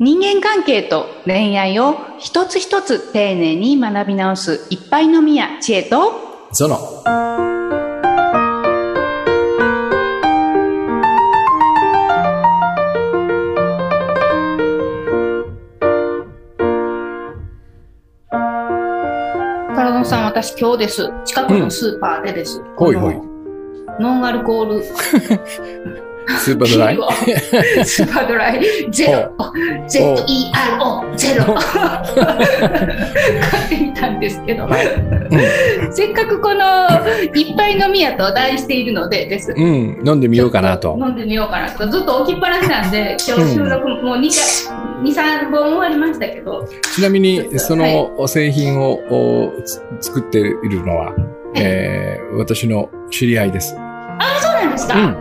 人間関係と恋愛を一つ一つ丁寧に学び直す一杯のみや知恵とゾノ。 カラドンさん、私今日です。近くのスーパーでです。 ほいほい。 ノンアルコールスーパードライスーパードライゼロ ZERO ゼロ買ってみたんですけど、せっかくこの一杯飲み屋と題しているのでです、 飲んでみようかなと飲んでみようかなとずっと置きっぱなしなんで、今日収録もう 2,3 本終わりましたけど、 ちなみにその製品を作っているのは、私の知り合いです。 あ、そうなんですか。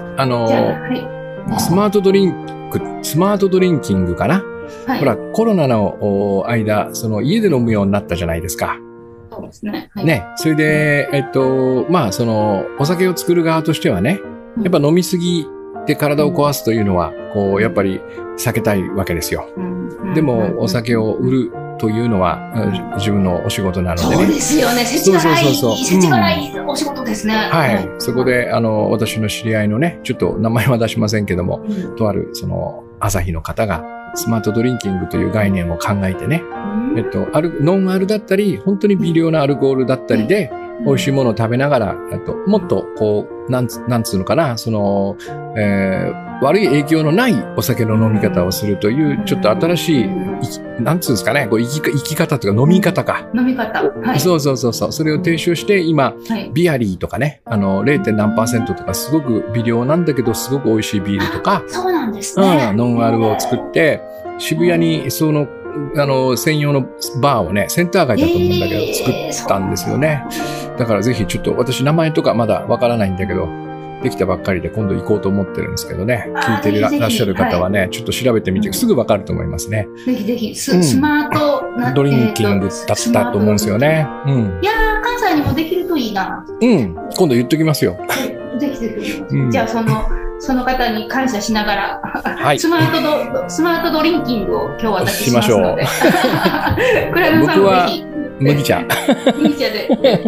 スマートドリンキングかな、ほら、コロナの間、その家で飲むようになったじゃないですか。 そうですね。 ね、それで、その、お酒を作る側としてはね、やっぱ飲みすぎて体を壊すというのは、やっぱり避けたいわけですよ。でも、お酒を売るというのは、自分のお仕事なのでね。 そうですよね。世知辛いお仕事ですね。 はい。そこで、私の知り合いのね、ちょっと名前は出しませんけども、とある、その、朝日の方が、スマートドリンキングという概念を考えてね、ノンアルだったり、本当に微量なアルコールだったりで、美味しいものを食べながら、もっと、なんつうのかな、その、悪い影響のないお酒の飲み方をするという、ちょっと新しい、なんつうんですかね、生き方というか飲み方か。 飲み方。はい。 そう。それを提唱して、今、ビアリーとかね、0. 何%とかすごく微量なんだけど、すごく美味しいビールとか、 そうなんですね。 ノンアルを作って、渋谷にその、専用のバーをね、センター街だと思うんだけど、作ったんですよね。だからぜひちょっと、私名前とかまだわからないんだけど、できたばっかりで今度行こうと思ってるんですけどね。聞いていらっしゃる方はね、ちょっと調べてみて、すぐわかると思いますね。 ぜひぜひ、スマートドリンキングだったと思うんですよね。 いやー、関西にもできるといいな。 今度言っときますよ。 ぜひ。じゃあその方に感謝しながら、スマートドリンキングを今日私しますので。クラドさんもぜひ。 麦茶。 麦茶で。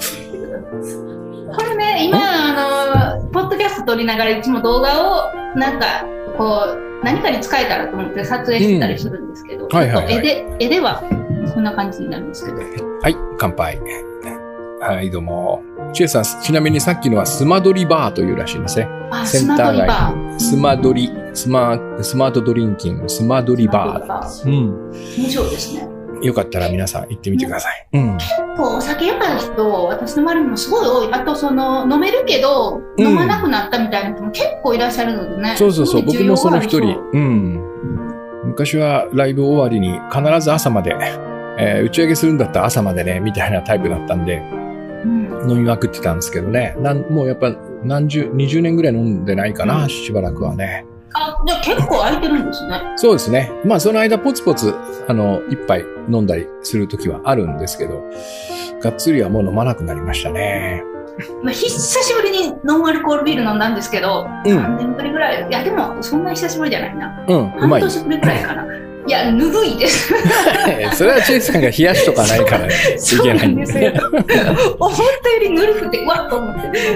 これね、今、ポッドキャスト撮りながらいつも動画を、なんか、何かに使えたらと思って撮影してたりするんですけど、絵では、こんな感じになるんですけど。 はい、乾杯。はい、どうも。チエさん、ちなみにさっきのはスマドリバーというらしいんですね。センター街。スマートドリンキング、スマドリバー。 面白いですね。 よかったら皆さん行ってみてください。 結構お酒やばい人、私の周りにもすごい多い。あと飲めるけど、飲まなくなったみたいな人も結構いらっしゃるのでね。 そう。僕もその一人。昔はライブ終わりに必ず朝まで、打ち上げするんだったら朝までね、みたいなタイプだったんで、飲みまくってたんですけどね。もうやっぱ20年ぐらい飲んでないかな、しばらくはね。 じゃあ結構空いてるんですね。 そうですね。まあその間ポツポツ、一杯飲んだりするときはあるんですけど、がっつりはもう飲まなくなりましたね。 久しぶりにノンアルコールビール飲んだんですけど、3年ぶりぐらい。いやでもそんな久しぶりじゃないな。半年ぶりぐらいかな。いや、ぬるいです。 それはチェイさんが冷やしとかないからいけないんですよ。 本当よりぬるくて、うわっと思って。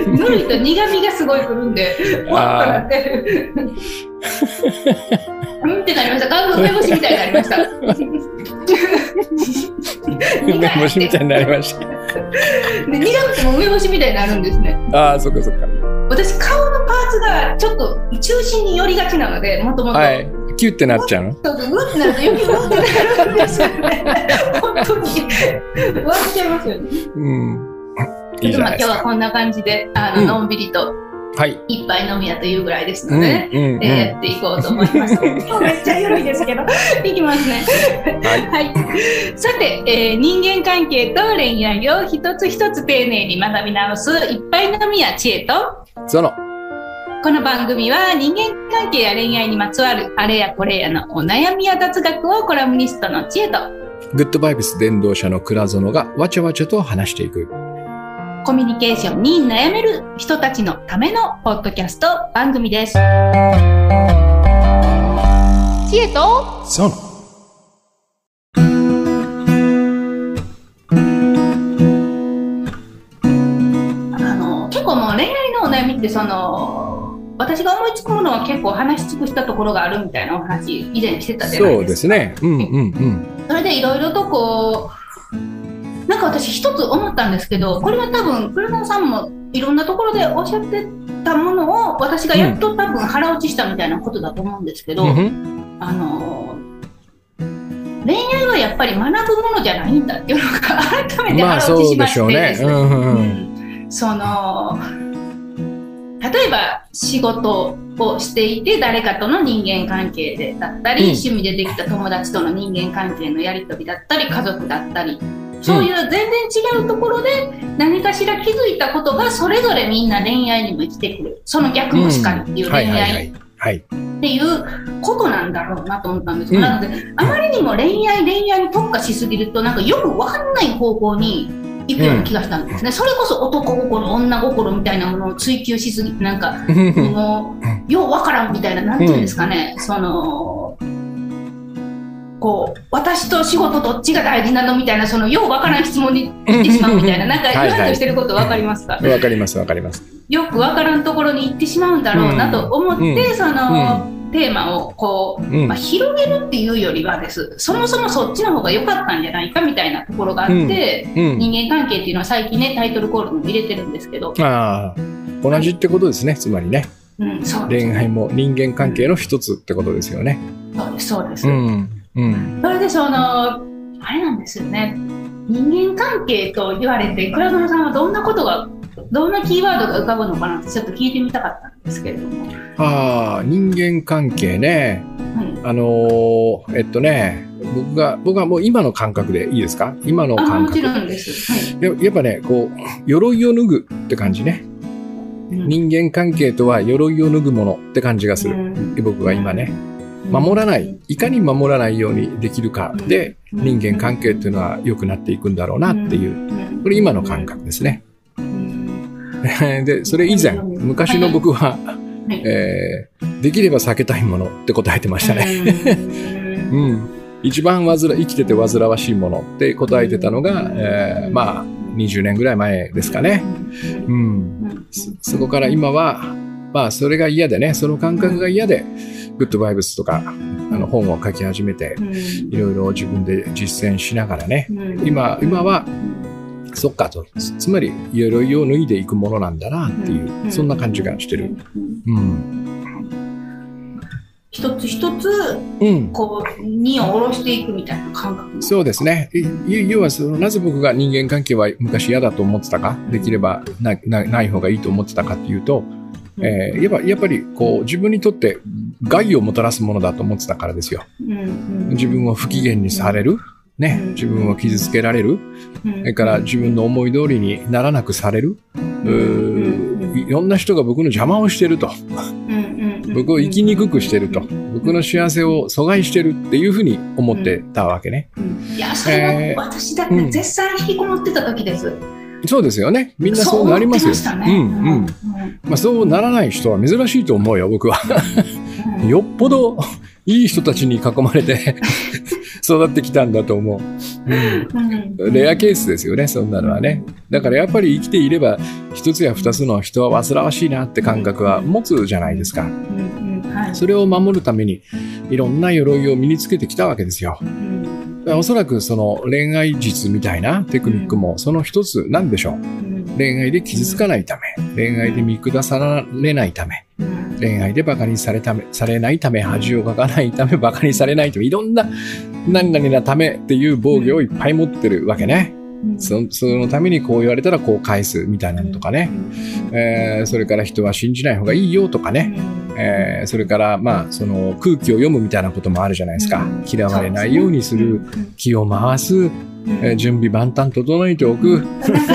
ぬるいと苦味がすごいくるんで、わっとなって。ってなりました。ガン梅干しみたいになりました。 梅干しみたいになりました。 で、苦くても梅干しみたいになるんですね。 そっか。 私、顔のパーツがちょっと中心に寄りがちなので、もともと。 キュッてなっちゃうの？ そう、グッてなると余計グッてなるんですよね。本当に。笑っちゃいますよね。いいじゃないですか。今日はこんな感じで、のんびりと、一杯飲み屋というぐらいですので、やっていこうと思います。今日めっちゃ緩いですけど、いきますね。はい。さて、人間関係と恋愛を一つ一つ丁寧に学び直す一杯飲み屋知恵と、 ゾノ。 この番組は人間関係や恋愛にまつわるあれやこれやのお悩みや雑学をコラムニストの知恵とグッドバイブス伝道者の倉園がわちゃわちゃと話していくコミュニケーションに悩める人たちのためのポッドキャスト番組です。知知恵とそう結構もう恋愛のお悩みって私が思いつくものは結構話し尽くしたところがあるみたいなお話以前してたじゃないですか。 そうですね。 それでいろいろとこうなんか私一つ思ったんですけど、これは多分黒野さんもいろんなところでおっしゃってたものを私がやっと多分腹落ちしたみたいなことだと思うんですけど、恋愛はやっぱり学ぶものじゃないんだっていうのが改めて腹落ちしましてですね。例えば仕事をしていて誰かとの人間関係でだったり、趣味でできた友達との人間関係のやり取りだったり、家族だったり、そういう全然違うところで何かしら気づいたことがそれぞれみんな恋愛にも生きてくる。その逆もしかりっていう恋愛っていうことなんだろうなと思ったんですよ。なのであまりにも恋愛に特化しすぎるとなんかよくわかんない方向に行くような気がしたんですね。それこそ男心女心みたいなものを追求しすぎてなんかもうようわからんみたいな、なんていうんですかね、こう私と仕事どっちが大事なのみたいなようわからん質問に行ってしまうみたいな、なんか言わんとしてることわかりますか？ わかりますわかります。 よくわからんところに行ってしまうんだろうなと思って、テーマをこう、広げるっていうよりはそもそもそっちの方が良かったんじゃないかみたいなところがあって、人間関係っていうのは最近ねタイトルコールにも入れてるんですけど、 同じってことですね。つまりね、恋愛も人間関係の一つってことですよね。 そうです。それであれなんですよね、人間関係と言われて倉園さんはどんなキーワードが浮かぶのかなってちょっと聞いてみたかったんですけれども。 人間関係ね、僕はもう今の感覚でいいですか？今の感覚。 もちろんです。 やっぱね、こう鎧を脱ぐって感じね。人間関係とは鎧を脱ぐものって感じがする。僕は今ね、いかに守らないようにできるかで人間関係っていうのは良くなっていくんだろうなっていう、これ今の感覚ですね。でそれ以前、昔の僕は、できれば避けたいものって答えてましたね。一番生きてて煩わしいものって答えてたのが、20年ぐらい前ですかね。そこから今は、それが嫌でね、その感覚が嫌でグッドバイブスとか本を書き始めて、いろいろ自分で実践しながらね、今はそっかと、つまり鎧を脱いでいくものなんだなっていう、そんな感じがしてる。 一つ一つこう荷を下ろしていくみたいな感覚。 そうですね。要はなぜ僕が人間関係は昔嫌だと思ってたか、できればない方がいいと思ってたかっていうと、やっぱりこう自分にとって害をもたらすものだと思ってたからですよ。自分を不機嫌にされる。自分を傷つけられる、それから自分の思い通りにならなくされる、いろんな人が僕の邪魔をしてると、僕を生きにくくしてると、僕の幸せを阻害してるっていうふうに思ってたわけね。 いや、それは私だって絶賛引きこもってた時です。 そうですよね。みんなそうなりますよ。そうならない人は珍しいと思うよ、僕は。よっぽどいい人たちに囲まれて育ってきたんだと思う。レアケースですよね、そんなのはね。だからやっぱり生きていれば一つや二つの人は煩わしいなって感覚は持つじゃないですか。それを守るためにいろんな鎧を身につけてきたわけですよ。おそらくその恋愛術みたいなテクニックもその一つなんでしょう。恋愛で傷つかないため、恋愛で見下されないため、恋愛でバカにされないため、恥をかかないため、バカにされないため、いろんな何々なためっていう防御をいっぱい持ってるわけね。そのためにこう言われたらこう返すみたいなのとかね。それから人は信じない方がいいよとかね。それからその空気を読むみたいなこともあるじゃないですか。嫌われないようにする、気を回す、準備万端整えておく。ル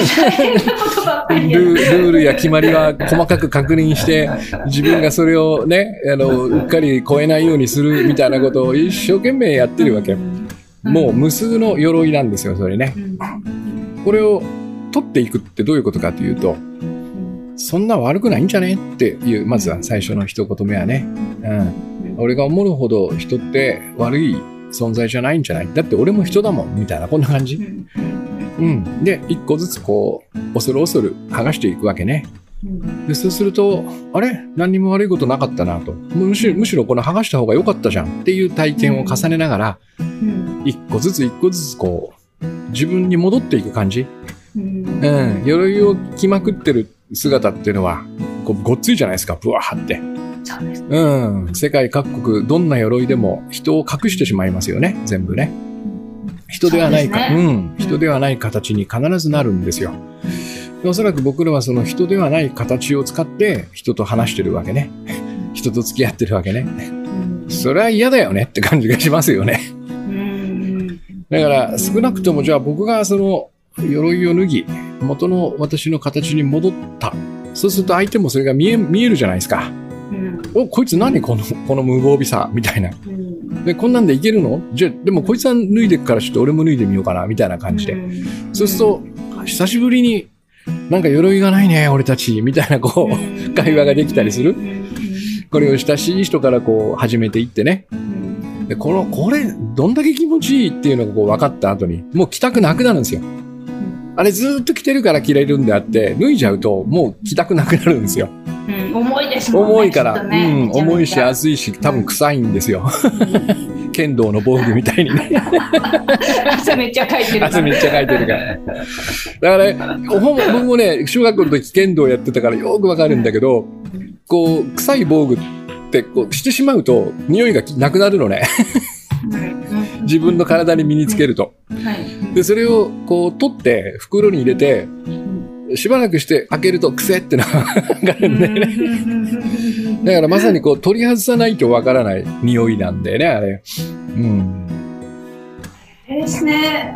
ールや決まりは細かく確認して自分がそれをねうっかり超えないようにするみたいなことを一生懸命やってるわけ。もう無数の鎧なんですよ、それね。これを取っていくってどういうことかというと、そんな悪くないんじゃねっていう、まずは最初の一言目はね、 俺が思うほど人って悪い存在じゃないんじゃない？だって俺も人だもんみたいな、こんな感じ。で、一個ずつこう、恐る恐る剥がしていくわけね。で、そうすると、あれ？何にも悪いことなかったなと。むしろこの剥がした方が良かったじゃんっていう体験を重ねながら、一個ずつこう、自分に戻っていく感じ。鎧を着まくってる姿っていうのは、こうごっついじゃないですか、ブワーって。そうですね。世界各国、どんな鎧でも人を隠してしまいますよね、全部ね。人ではないか、人ではない形に必ずなるんですよ。おそらく僕らはその人ではない形を使って人と話してるわけね。人と付き合ってるわけね。それは嫌だよねって感じがしますよね。だから少なくともじゃあ僕がその鎧を脱ぎ、元の私の形に戻った。そうすると相手もそれが見えるじゃないですか。こいつ何この無防備さみたいな。で、こんなんでいけるの？じゃあ、でもこいつは脱いでくからちょっと俺も脱いでみようかなみたいな感じで。そうすると、久しぶりになんか鎧がないね、俺たち、みたいなこう、会話ができたりする。これを親しい人からこう、始めていってね。で、これ、どんだけ気持ちいいっていうのがこう分かった後に、もう着たくなくなるんですよ。あれずっと着てるから着れるんであって、脱いじゃうともう着たくなくなるんですよ。 重いですもんね。 重いから、重いし暑いし、多分臭いんですよ。剣道の防具みたいにね。 汗めっちゃかいてるから。 汗めっちゃかいてるから。だからね、僕もね、小学校の時剣道やってたからよくわかるんだけど、こう、臭い防具ってこうしてしまうと、匂いがなくなるのね。自分の体に身につけると。で、それをこう取って袋に入れて、しばらくして開けると癖ってのがあるんだよね。だからまさにこう取り外さないとわからない匂いなんだよね、あれ。 ですね。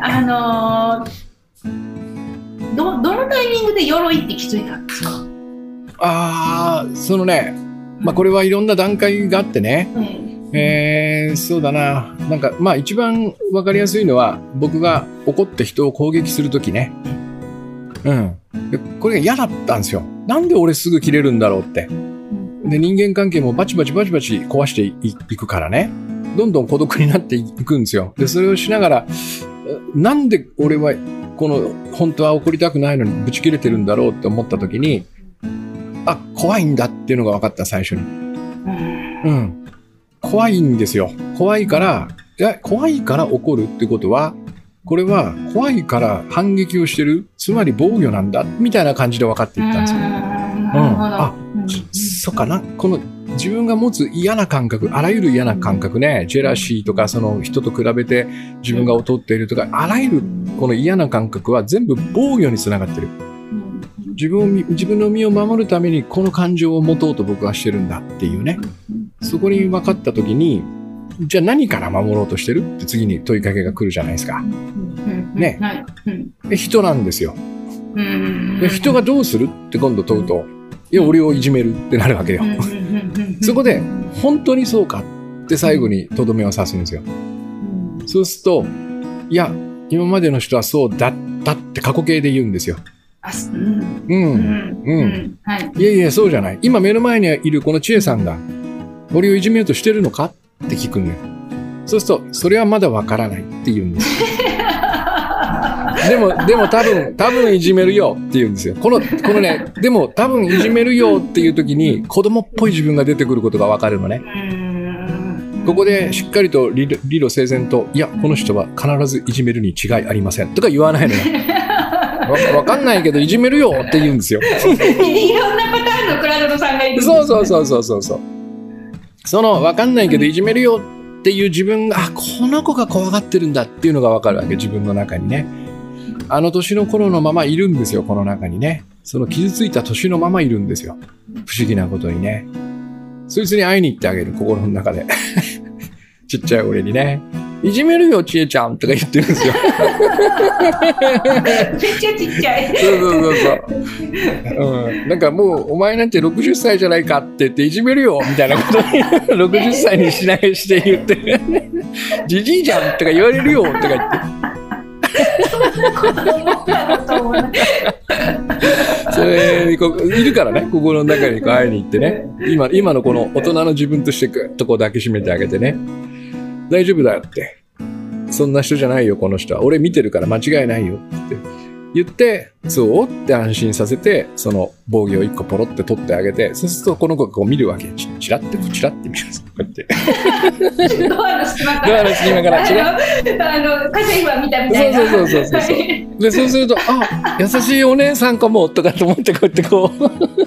どのタイミングで鎧って気づいたんですか？ そのね、これはいろんな段階があってね。そうだな。なんか、一番わかりやすいのは、僕が怒って人を攻撃するときね。でこれが嫌だったんですよ。なんで俺すぐ切れるんだろうって。で、人間関係もバチバチ壊していくからね。どんどん孤独になっていくんですよ。で、それをしながら、なんで俺は本当は怒りたくないのにブチ切れてるんだろうって思ったときに、怖いんだっていうのが分かった、最初に。怖いんですよ。怖いから怒るってことは、これは怖いから反撃をしてる、つまり防御なんだ、みたいな感じで分かっていったんですよ。そっかな。この自分が持つ嫌な感覚、あらゆる嫌な感覚ね、ジェラシーとか、その人と比べて自分が劣っているとか、あらゆるこの嫌な感覚は全部防御につながってる。自分の身を守るためにこの感情を持とうと僕はしてるんだっていうね。そこに分かった時に、じゃあ何から守ろうとしてるって次に問いかけが来るじゃないですか。ね。人なんですよ。で人がどうするって今度問うと、いや、俺をいじめるってなるわけよ。そこで、本当にそうかって最後にとどめを刺すんですよ。そうすると、いや、今までの人はそうだったって過去形で言うんですよ。いやいや、そうじゃない。今目の前にいるこの千恵さんが、俺をいじめようとしてるのかって聞くのよ。そうすると、それはまだわからないって言うんです。でも多分いじめるよって言うんですよ。このね、でも多分いじめるよっていう時に子供っぽい自分が出てくることがわかるのね。ここでしっかりと理路整然と、いや、この人は必ずいじめるに違いありませんとか言わないのよ。わかんないけどいじめるよって言うんですよ。いろんなパターンのクラウドさんがいるんですね。 そう。そのわかんないけどいじめるよっていう自分が、この子が怖がってるんだっていうのがわかるわけ、自分の中にね。あの年の頃のままいるんですよ、この中にね。その傷ついた年のままいるんですよ。不思議なことにね。そいつに会いに行ってあげる、心の中で。ちっちゃい俺にね。いじめるよ、ちえちゃんとか言ってるんですよ。 めっちゃちっちゃい。 そう。なんかもう、お前なんて60歳じゃないかって言っていじめるよ、みたいなことに、60歳にして言ってる。じじいじゃんとか言われるよ、とか言って。 それ、いるからね、心の中に会いに行ってね、今のこの大人の自分としてぐっと抱きしめてあげてね、大丈夫だよって。そんな人じゃないよ、この人は。俺見てるから間違いないよって言って、そうって安心させて、その防御を一個ポロって取ってあげて、そうするとこの子がこう見るわけ。チラってチラって見るんです。こうやって。 ドアの隙間から。 ドアの隙間からチラッ。 家政婦は見たみたいな。 そう。で、そうすると、あ、優しいお姉さんかも、とかと思ってこうやってこう。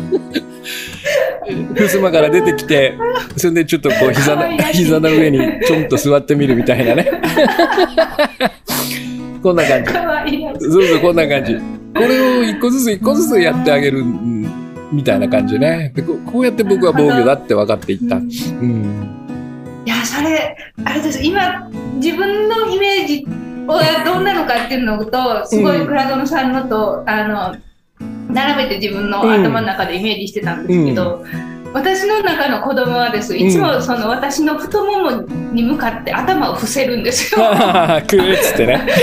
襖から出てきて、それでちょっとこう膝の上にちょんと座ってみるみたいなね。こんな感じ。そう、こんな感じ。これを一個ずつやってあげるみたいな感じね。でこうやって僕は防御だって分かっていった。いや、それ、あれです。今、自分のイメージはどんなのかっていうのと、すごい倉園さんのと、並べて自分の頭の中でイメージしてたんですけど、私の中の子供はですいつもその私の太ももに向かって頭を伏せるんですよ。 クーっつってね。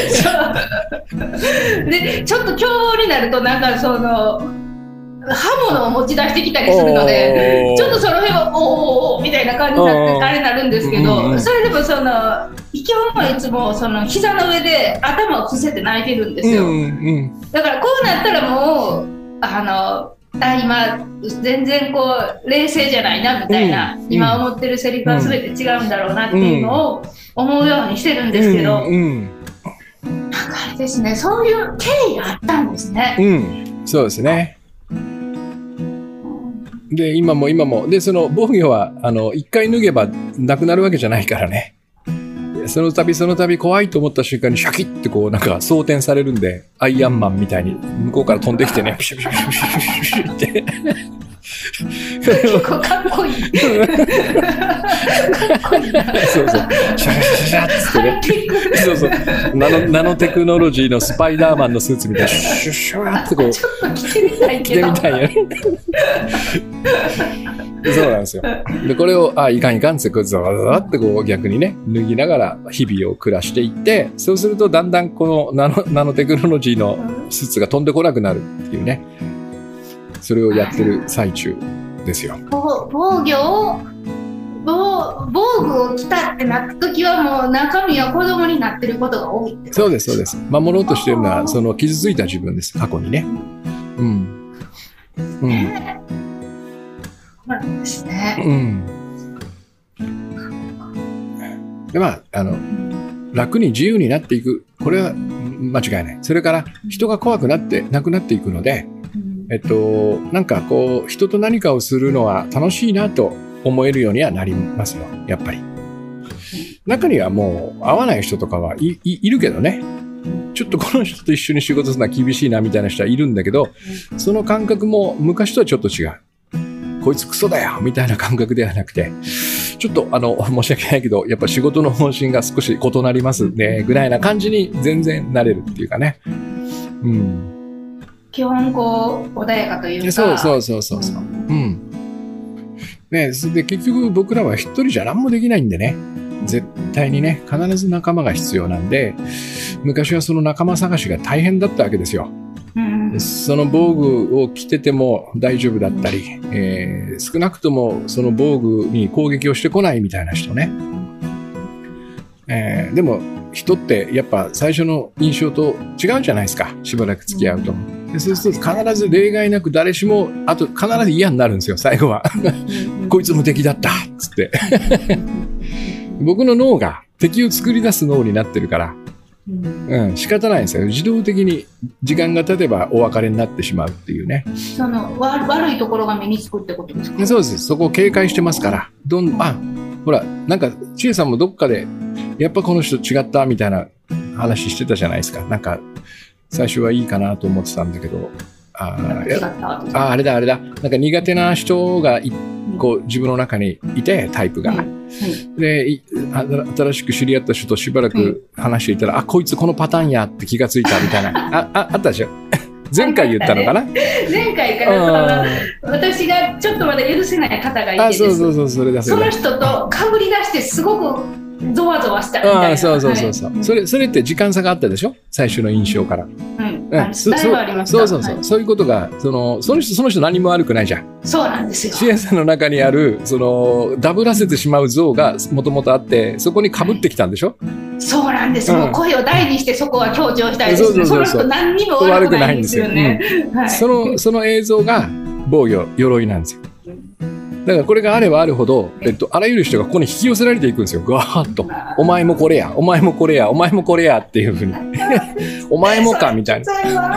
でちょっと今日になるとなんかその刃物を持ち出してきたりするので、ちょっとその辺はおーみたいな感じになってあれになるんですけど、それでもその基本はいつもその膝の上で頭を伏せて泣いてるんですよ。だからこうなったらもう今全然こう冷静じゃないなみたいな、今思ってるセリフは全て違うんだろうなっていうのを思うようにしてるんですけど、なんかあれですね、そういう経緯があったんですね。 そうですね。で今もでその防御は一回脱げばなくなるわけじゃないからね。その度怖いと思った瞬間にシャキッてこうなんか装填されるんで、アイアンマンみたいに向こうから飛んできてね、ピシュピシュピシュピシュピシュって結構かっこいい。かっこいいな。 そう、シャシャシャッつってね、ナノテクノロジーのスパイダーマンのスーツみたいなシュッシュッってこうちょっと着てみたいけど。着てみたいよね。 そうなんですよ。で、これを、いかんってこう、ザワザワってこう逆にね、脱ぎながら日々を暮らしていって、そうするとだんだんこのナノテクノロジーのスーツが飛んでこなくなるっていうね。それをやってる最中ですよ。 防具を着たってなった時はもう中身は子供になってることが多い。 そうです。守ろうとしてるのはその傷ついた自分です。過去にね。 そうなんですね。 で楽に自由になっていく。これは間違いない。それから人が怖くなってなくなっていくので、なんかこう人と何かをするのは楽しいなと思えるようにはなりますよ。やっぱり。中にはもう会わない人とかいるけどね。ちょっとこの人と一緒に仕事するのは厳しいなみたいな人はいるんだけど、その感覚も昔とはちょっと違う。こいつクソだよみたいな感覚ではなくて、ちょっと申し訳ないけど、やっぱ仕事の方針が少し異なりますねぐらいな感じに全然なれるっていうかね。 基本こう穏やかというか。 そう。ね、それで結局僕らは一人じゃ何もできないんでね。絶対にね、必ず仲間が必要なんで、昔はその仲間探しが大変だったわけですよ。その防具を着てても大丈夫だったり、少なくともその防具に攻撃をしてこないみたいな人ね。でも人ってやっぱ最初の印象と違うじゃないですか。しばらく付き合うと。でそうすると必ず例外なく誰しも、あと必ず嫌になるんですよ、最後は。こいつも敵だったっつって。僕の脳が敵を作り出す脳になってるから、仕方ないんですよ。自動的に時間が経てばお別れになってしまうっていうね。 その悪いところが目につくってことですか？ そうです。そこを警戒してますから。ほら、なんか、千恵さんもどっかで、やっぱこの人違ったみたいな話してたじゃないですか。なんか、最初はいいかなと思ってたんだけど、あれだ。なんか苦手な人がこう自分の中にいて、タイプが。で、新しく知り合った人としばらく話していたら、こいつこのパターンやって気がついたみたいな。あったでしょ。前回言ったのかな？ 前回から私がちょっとまだ許せない方がいてです。 そう、それだ。 その人とかぶり出してすごくゾワゾワしたみたいな。 そう。それって時間差があったでしょ？最初の印象から。 だいぶありました。 そういうことが、その人何も悪くないじゃん。 そうなんですよ。 シエさんの中にある、ダブらせてしまう像がもともとあって、そこに被ってきたんでしょ？ そうなんです。もう声を大にしてそこは強調したいですね。その人何にも悪くないんですよね。 その映像が防御、鎧なんですよ。だからこれがあればあるほど、あらゆる人がここに引き寄せられていくんですよ。ガーッと。お前もこれや、お前もこれや、お前もこれやっていうふうに。お前もかみたいな。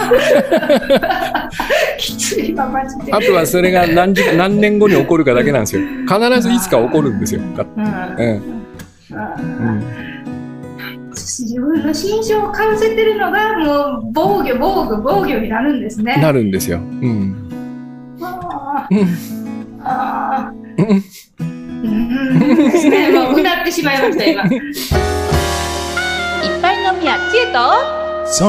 きついわ、マジで。 あとはそれが何年後に起こるかだけなんですよ。必ずいつか起こるんですよ。 自分の心象をかぶせてるのがもう防御になるんですね。 なるんですよ。 ですね。もううなってしまいました今。いっぱい飲みや知恵とそう。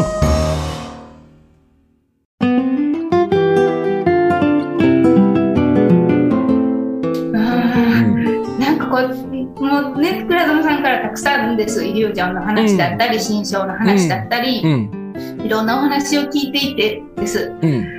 なんかこうもうね、倉園さんからたくさんですイリュージョンの話だったり、心象の話だったり、いろんなお話を聞いていてです。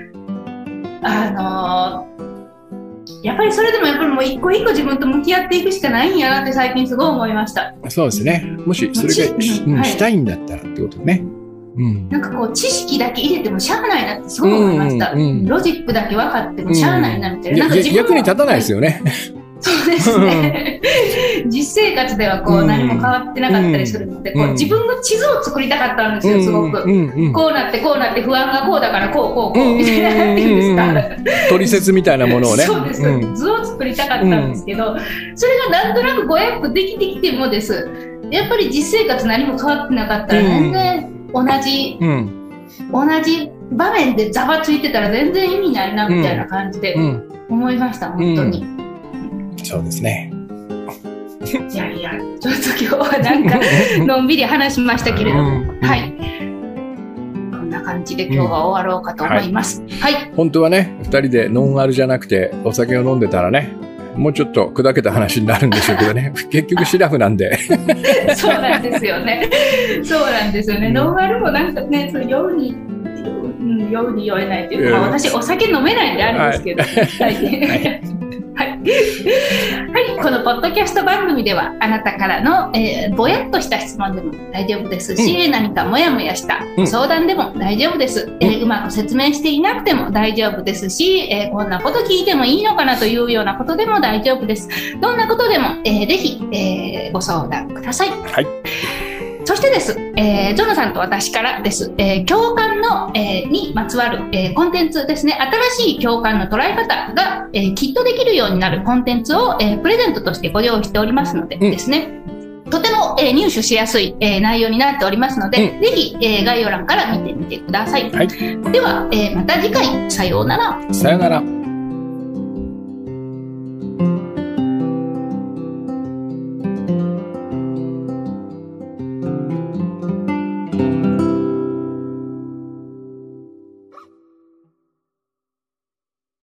やっぱりそれでもやっぱりもう一個一個自分と向き合っていくしかないんやなって最近すごい思いました。 そうですね。もしそれがしたいんだったらってことね。 なんかこう知識だけ入れてもしゃあないなってすごく思いました。ロジックだけ分かってもしゃあないなみたいな。なんか役に立たないですよね。 そうですね。実生活ではこう何も変わってなかったりするので、こう自分の地図を作りたかったんですよ、すごく。こうなってこうなって不安がこうだからこうみたいななんていうんですか。 取説みたいなものをね。 そうです。図を作りたかったんですけど、それがなんとなくご役できてきてもです。やっぱり実生活何も変わってなかったら全然同じ場面でざわついてたら全然意味ないなみたいな感じで思いました、本当に。 そうですね。 いやいや、ちょっと今日はなんかのんびり話しましたけれども、はい。こんな感じで今日は終わろうかと思います。はい。 本当はね、2人でノンアルじゃなくてお酒を飲んでたらね、もうちょっと砕けた話になるんでしょうけどね。結局シラフなんで。 そうなんですよね。そうなんですよね。ノンアルもなんかね、そうように酔えないというか、私お酒飲めないんであるんですけど。はい、このポッドキャスト番組ではあなたからの、ぼやっとした質問でも大丈夫ですし、何かモヤモヤした相談でも大丈夫です、うまく説明していなくても大丈夫ですし、こんなこと聞いてもいいのかなというようなことでも大丈夫です。どんなことでも、ぜひ、ご相談ください。はい。そしてです、ジョナさんと私からです、共感の、にまつわる、コンテンツですね、新しい共感の捉え方が、きっとできるようになるコンテンツを、プレゼントとしてご用意しておりますのでですね、とても、入手しやすい、内容になっておりますので、ぜひ、概要欄から見てみてください。はい、では、また次回、さようなら。 さようなら。